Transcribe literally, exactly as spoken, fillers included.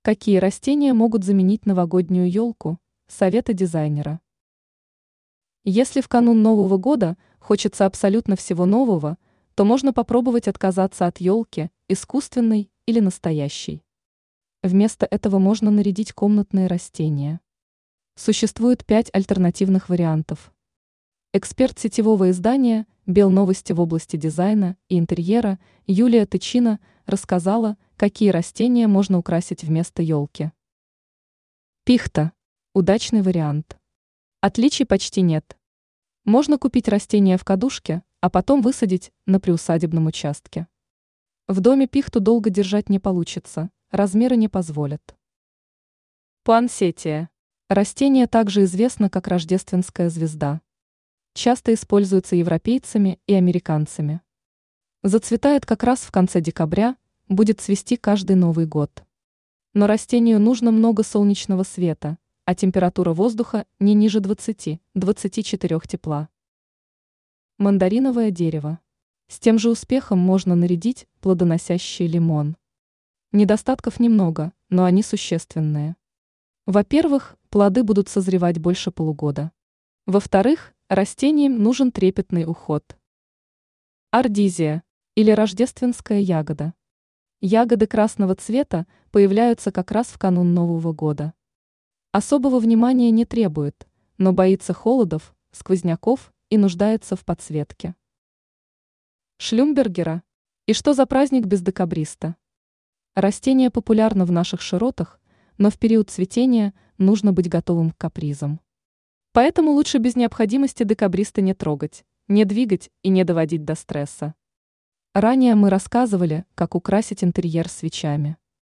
Какие растения могут заменить новогоднюю елку? Советы дизайнера. Если в канун Нового года хочется абсолютно всего нового, то можно попробовать отказаться от елки, искусственной или настоящей. Вместо этого можно нарядить комнатные растения. Существует пять альтернативных вариантов. Эксперт сетевого издания «Белновости» в области дизайна и интерьера Юлия Тычина рассказала, какие растения можно украсить вместо елки. Пихта – удачный вариант. Отличий почти нет. Можно купить растение в кадушке, а потом высадить на приусадебном участке. В доме пихту долго держать не получится, размеры не позволят. Пуансетия. Растение также известно как рождественская звезда. Часто используется европейцами и американцами. Зацветает как раз в конце декабря, будет цвести каждый Новый год. Но растению нужно много солнечного света, а температура воздуха не ниже двадцати-двадцати четырёх тепла. Мандариновое дерево. С тем же успехом можно нарядить плодоносящий лимон. Недостатков немного, но они существенные. Во-первых, плоды будут созревать больше полугода. Во-вторых, растениям нужен трепетный уход. Ордизия или рождественская ягода. Ягоды красного цвета появляются как раз в канун Нового года. Особого внимания не требует, но боится холодов, сквозняков и нуждается в подсветке. Шлюмбергера. И что за праздник без декабриста? Растение популярно в наших широтах, но в период цветения нужно быть готовым к капризам. Поэтому лучше без необходимости декабриста не трогать, не двигать и не доводить до стресса. Ранее мы рассказывали, как украсить интерьер свечами.